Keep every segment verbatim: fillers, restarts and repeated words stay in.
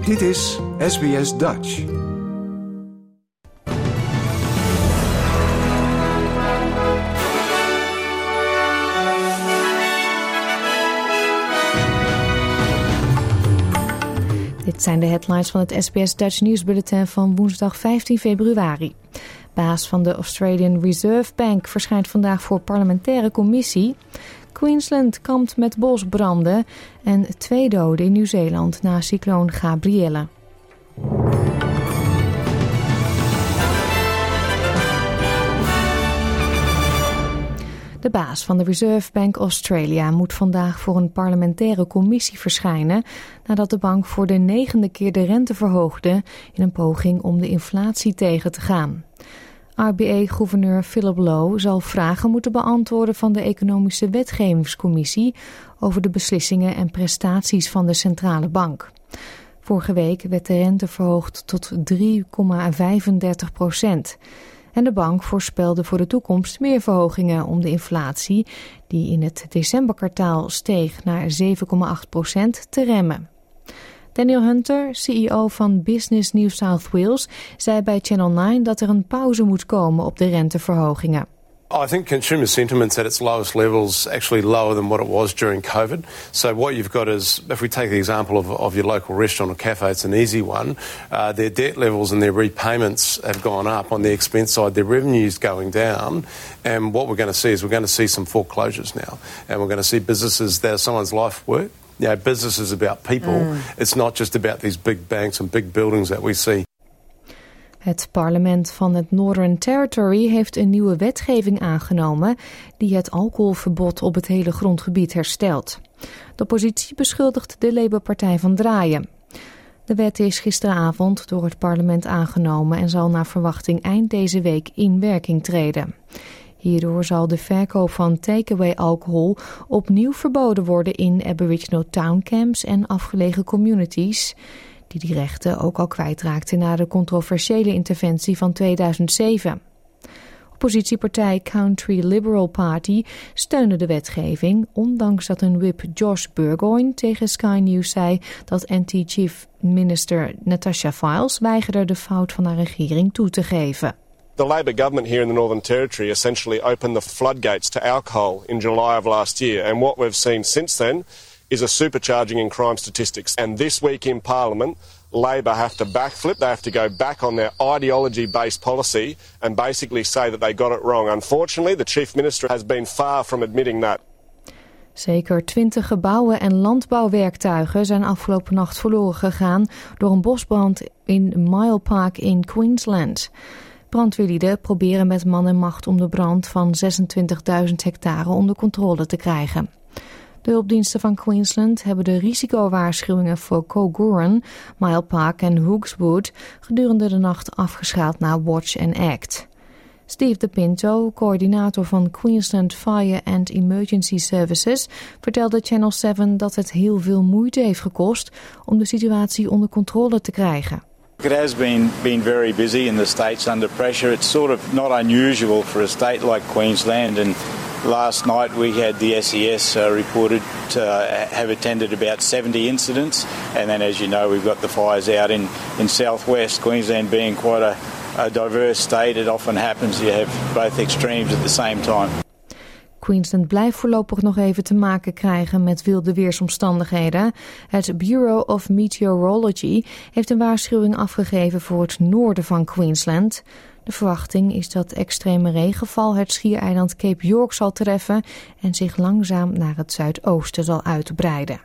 Dit is S B S Dutch. Dit zijn de headlines van het S B S Dutch nieuwsbulletin van woensdag vijftien februari. Baas van de Australian Reserve Bank verschijnt vandaag voor parlementaire commissie. Queensland kampt met bosbranden en twee doden in Nieuw-Zeeland na cycloon Gabrielle. De baas van de Reserve Bank Australia moet vandaag voor een parlementaire commissie verschijnen nadat de bank voor de negende keer de rente verhoogde in een poging om de inflatie tegen te gaan. R B A-gouverneur Philip Lowe zal vragen moeten beantwoorden van de Economische Wetgevingscommissie over de beslissingen en prestaties van de centrale bank. Vorige week werd de rente verhoogd tot drie komma vijfendertig procent. En de bank voorspelde voor de toekomst meer verhogingen om de inflatie, die in het decemberkwartaal steeg naar zeven komma acht procent, te remmen. Daniel Hunter, C E O van Business New South Wales, zei bij Channel nine dat er een pauze moet komen op de renteverhogingen. I think consumer sentiment's at its lowest levels, actually lower than what it was during COVID. So what you've got is, if we take the example of, of your local restaurant or cafe, it's an easy one. Uh, their debt levels and their repayments have gone up. On the expense side, their revenue's going down. And what we're going to see is we're going to see some foreclosures now. And we're going to see businesses that are someone's life work. Yeah, business is about people. Mm. It's not just about these big banks and big buildings that we see. Het parlement van het Northern Territory heeft een nieuwe wetgeving aangenomen die het alcoholverbod op het hele grondgebied herstelt. De oppositie beschuldigt de Labour-partij van draaien. De wet is gisteravond door het parlement aangenomen en zal naar verwachting eind deze week in werking treden. Hierdoor zal de verkoop van takeaway alcohol opnieuw verboden worden in Aboriginal towncamps en afgelegen communities, die die rechten ook al kwijtraakten na de controversiële interventie van tweeduizend zeven. Oppositiepartij Country Liberal Party steunde de wetgeving, ondanks dat een whip Josh Burgoyne tegen Sky News zei dat anti-chief minister Natasha Fyles weigerde de fout van haar regering toe te geven. The Labor government here in the Northern Territory essentially opened the floodgates to alcohol in July of last year, and what we've seen since then is a supercharging in crime statistics. And this week in Parliament, Labor have to backflip. They have to go back on their ideology-based policy and basically say that they got it wrong. Unfortunately, the Chief Minister has been far from admitting that. Zeker twintig gebouwen en landbouwwerktuigen zijn afgelopen nacht verloren gegaan door een bosbrand in Mile Park in Queensland. Brandweerlieden proberen met man en macht om de brand van zesentwintigduizend hectare onder controle te krijgen. De hulpdiensten van Queensland hebben de risicowaarschuwingen voor Koguran, Mile Park en Hoogswood gedurende de nacht afgeschaald naar Watch and Act. Steve De Pinto, coördinator van Queensland Fire and Emergency Services, vertelde Channel seven dat het heel veel moeite heeft gekost om de situatie onder controle te krijgen. It has been, been very busy in the state's under pressure. It's sort of not unusual for a state like Queensland, and last night we had the S E S uh, reported to have attended about seventy incidents, and then as you know we've got the fires out in, in southwest Queensland. Being quite a, a diverse state, it often happens you have both extremes at the same time. Queensland blijft voorlopig nog even te maken krijgen met wilde weersomstandigheden. Het Bureau of Meteorology heeft een waarschuwing afgegeven voor het noorden van Queensland. De verwachting is dat extreme regenval het schiereiland Cape York zal treffen en zich langzaam naar het zuidoosten zal uitbreiden.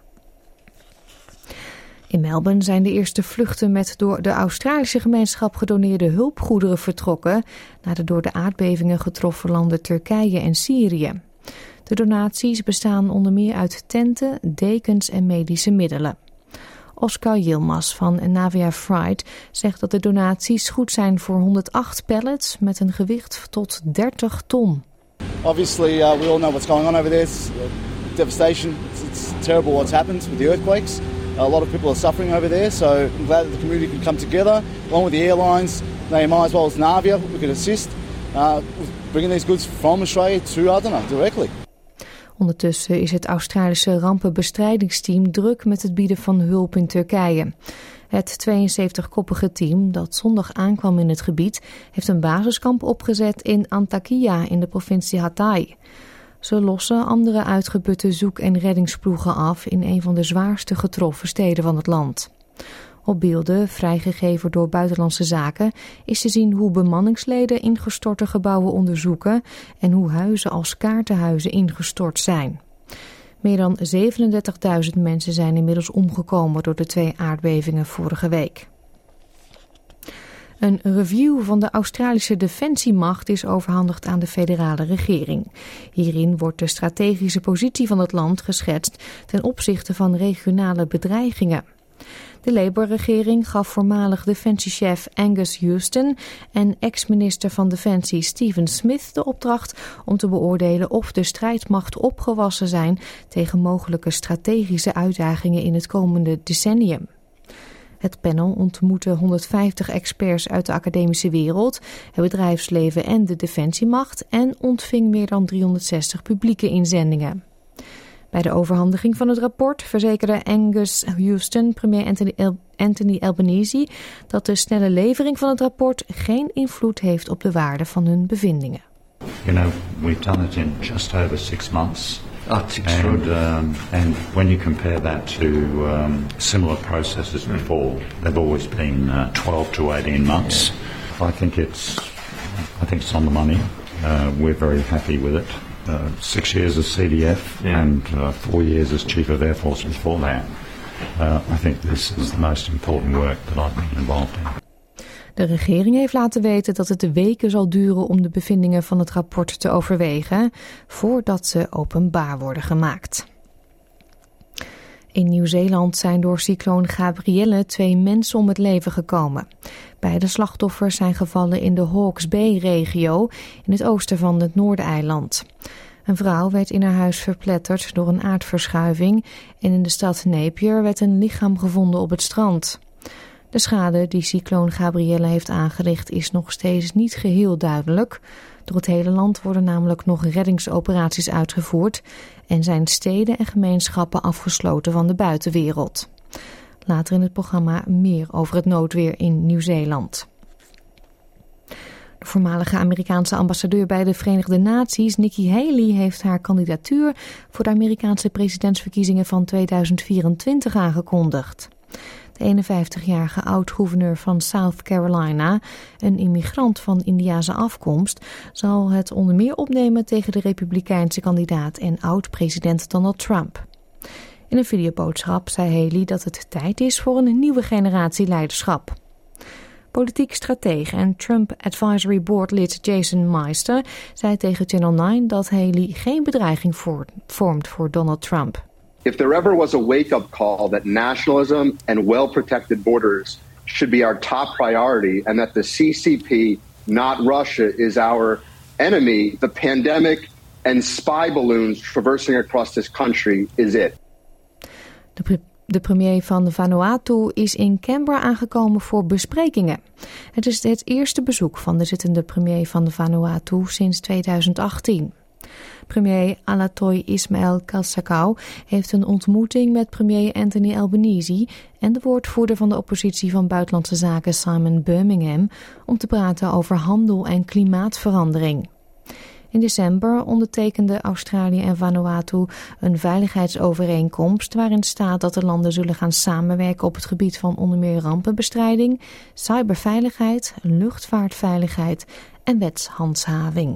In Melbourne zijn de eerste vluchten met door de Australische gemeenschap gedoneerde hulpgoederen vertrokken naar de door de aardbevingen getroffen landen Turkije en Syrië. De donaties bestaan onder meer uit tenten, dekens en medische middelen. Oscar Yilmaz van Navia Fright zegt dat de donaties goed zijn voor honderdacht pallets met een gewicht tot dertig ton. Obviously, uh, we all know what's going on over there. It's uh, devastation. It's, it's terrible what's happened with the earthquakes. A lot of people are suffering over there, so I'm glad that the community can come together, along with the airlines. They might as well as Navia, we could assist uh, with bringing these goods from Australia to Adana directly. Ondertussen is het Australische rampenbestrijdingsteam druk met het bieden van hulp in Turkije. Het tweeënzeventigkoppige team dat zondag aankwam in het gebied heeft een basiskamp opgezet in Antakya in de provincie Hatay. Ze lossen andere uitgeputte zoek- en reddingsploegen af in een van de zwaarste getroffen steden van het land. Op beelden, vrijgegeven door Buitenlandse Zaken, is te zien hoe bemanningsleden ingestorte gebouwen onderzoeken en hoe huizen als kaartenhuizen ingestort zijn. Meer dan zevenendertigduizend mensen zijn inmiddels omgekomen door de twee aardbevingen vorige week. Een review van de Australische defensiemacht is overhandigd aan de federale regering. Hierin wordt de strategische positie van het land geschetst ten opzichte van regionale bedreigingen. De Labour-regering gaf voormalig defensiechef Angus Houston en ex-minister van Defensie Stephen Smith de opdracht om te beoordelen of de strijdmacht opgewassen zijn tegen mogelijke strategische uitdagingen in het komende decennium. Het panel ontmoette honderdvijftig experts uit de academische wereld, het bedrijfsleven en de defensiemacht en ontving meer dan driehonderdzestig publieke inzendingen. Bij de overhandiging van het rapport verzekerde Angus Houston premier Anthony, El- Anthony Albanese dat de snelle levering van het rapport geen invloed heeft op de waarde van hun bevindingen. You know, we've done it in just over six months. Oh, it's extraordinary. And, um, and when you compare that to um, similar processes before, they've always been uh, twelve to eighteen months. I think it's, I think it's on the money. Uh, we're very happy with it. Uh, six years as C D F yeah. and uh, four years as Chief of Air Force before that. Uh, I think this is the most important work that I've been involved in. De regering heeft laten weten dat het weken zal duren om de bevindingen van het rapport te overwegen, voordat ze openbaar worden gemaakt. In Nieuw-Zeeland zijn door cycloon Gabrielle twee mensen om het leven gekomen. Beide slachtoffers zijn gevallen in de Hawke's Bay-regio in het oosten van het Noordeiland. Een vrouw werd in haar huis verpletterd door een aardverschuiving en in de stad Napier werd een lichaam gevonden op het strand. De schade die cycloon Gabrielle heeft aangericht is nog steeds niet geheel duidelijk. Door het hele land worden namelijk nog reddingsoperaties uitgevoerd en zijn steden en gemeenschappen afgesloten van de buitenwereld. Later in het programma meer over het noodweer in Nieuw-Zeeland. De voormalige Amerikaanse ambassadeur bij de Verenigde Naties, Nikki Haley, heeft haar kandidatuur voor de Amerikaanse presidentsverkiezingen van tweeduizend vierentwintig aangekondigd. De eenenvijftigjarige oud-gouverneur van South Carolina, een immigrant van Indiase afkomst, zal het onder meer opnemen tegen de republikeinse kandidaat en oud-president Donald Trump. In een videoboodschap zei Haley dat het tijd is voor een nieuwe generatie leiderschap. Politiek stratege en Trump Advisory Board lid Jason Meister zei tegen Channel nine dat Haley geen bedreiging vormt voor Donald Trump. If there ever was a wake-up call that nationalism and well-protected borders should be our top priority and that the C C P, not Russia, is our enemy, the pandemic and spy balloons traversing across this country is it. De, pre- de premier van Vanuatu is in Canberra aangekomen voor besprekingen. Het is het eerste bezoek van de zittende premier van Vanuatu sinds tweeduizend achttien. Premier Alatoy Ismail Kalsakau heeft een ontmoeting met premier Anthony Albanese en de woordvoerder van de oppositie van Buitenlandse Zaken Simon Birmingham om te praten over handel en klimaatverandering. In december ondertekenden Australië en Vanuatu een veiligheidsovereenkomst waarin staat dat de landen zullen gaan samenwerken op het gebied van onder meer rampenbestrijding, cyberveiligheid, luchtvaartveiligheid en wetshandhaving.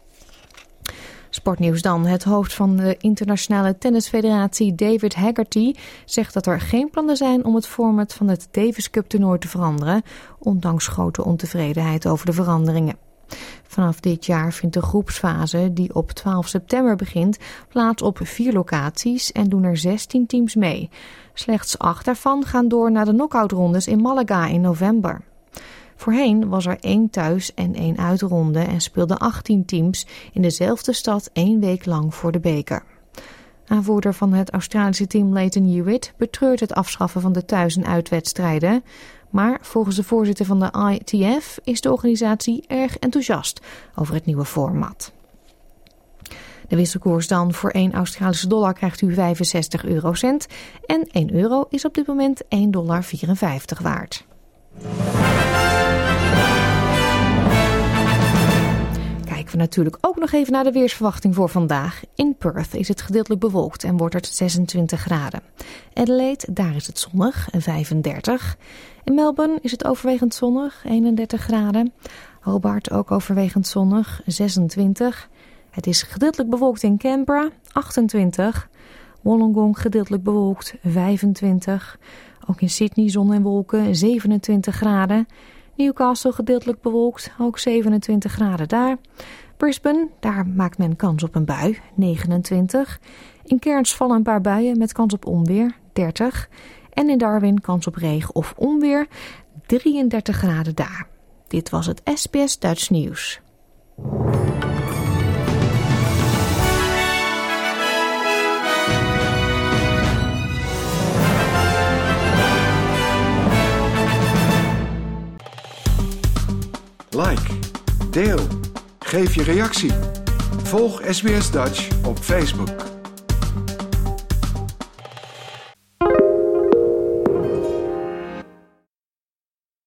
Sportnieuws dan. Het hoofd van de internationale tennisfederatie David Haggerty zegt dat er geen plannen zijn om het format van het Davis Cup toernooi te veranderen, ondanks grote ontevredenheid over de veranderingen. Vanaf dit jaar vindt de groepsfase, die op twaalf september begint, plaats op vier locaties en doen er zestien teams mee. Slechts acht daarvan gaan door naar de knock-outrondes in Malaga in november. Voorheen was er één thuis- en één uitronde en speelden achttien teams in dezelfde stad één week lang voor de beker. Aanvoerder van het Australische team Leighton Hewitt betreurt het afschaffen van de thuis- en uitwedstrijden. Maar volgens de voorzitter van de I T F is de organisatie erg enthousiast over het nieuwe format. De wisselkoers dan: voor één Australische dollar krijgt u vijfenzestig eurocent en één euro is op dit moment één komma vierenvijftig dollar waard. Kijken we natuurlijk ook nog even naar de weersverwachting voor vandaag. In Perth is het gedeeltelijk bewolkt en wordt het zesentwintig graden. Adelaide, daar is het zonnig, vijfendertig. In Melbourne is het overwegend zonnig, eenendertig graden. Hobart ook overwegend zonnig, zesentwintig. Het is gedeeltelijk bewolkt in Canberra, achtentwintig. Wollongong gedeeltelijk bewolkt, vijfentwintig. Ook in Sydney zon en wolken, zevenentwintig graden. Newcastle gedeeltelijk bewolkt, ook zevenentwintig graden daar. Brisbane, daar maakt men kans op een bui, negenentwintig. In Cairns vallen een paar buien met kans op onweer, dertig. En in Darwin kans op regen of onweer, drieëndertig graden daar. Dit was het S B S Dutch Nieuws. Like, deel, geef je reactie. Volg S B S Dutch op Facebook.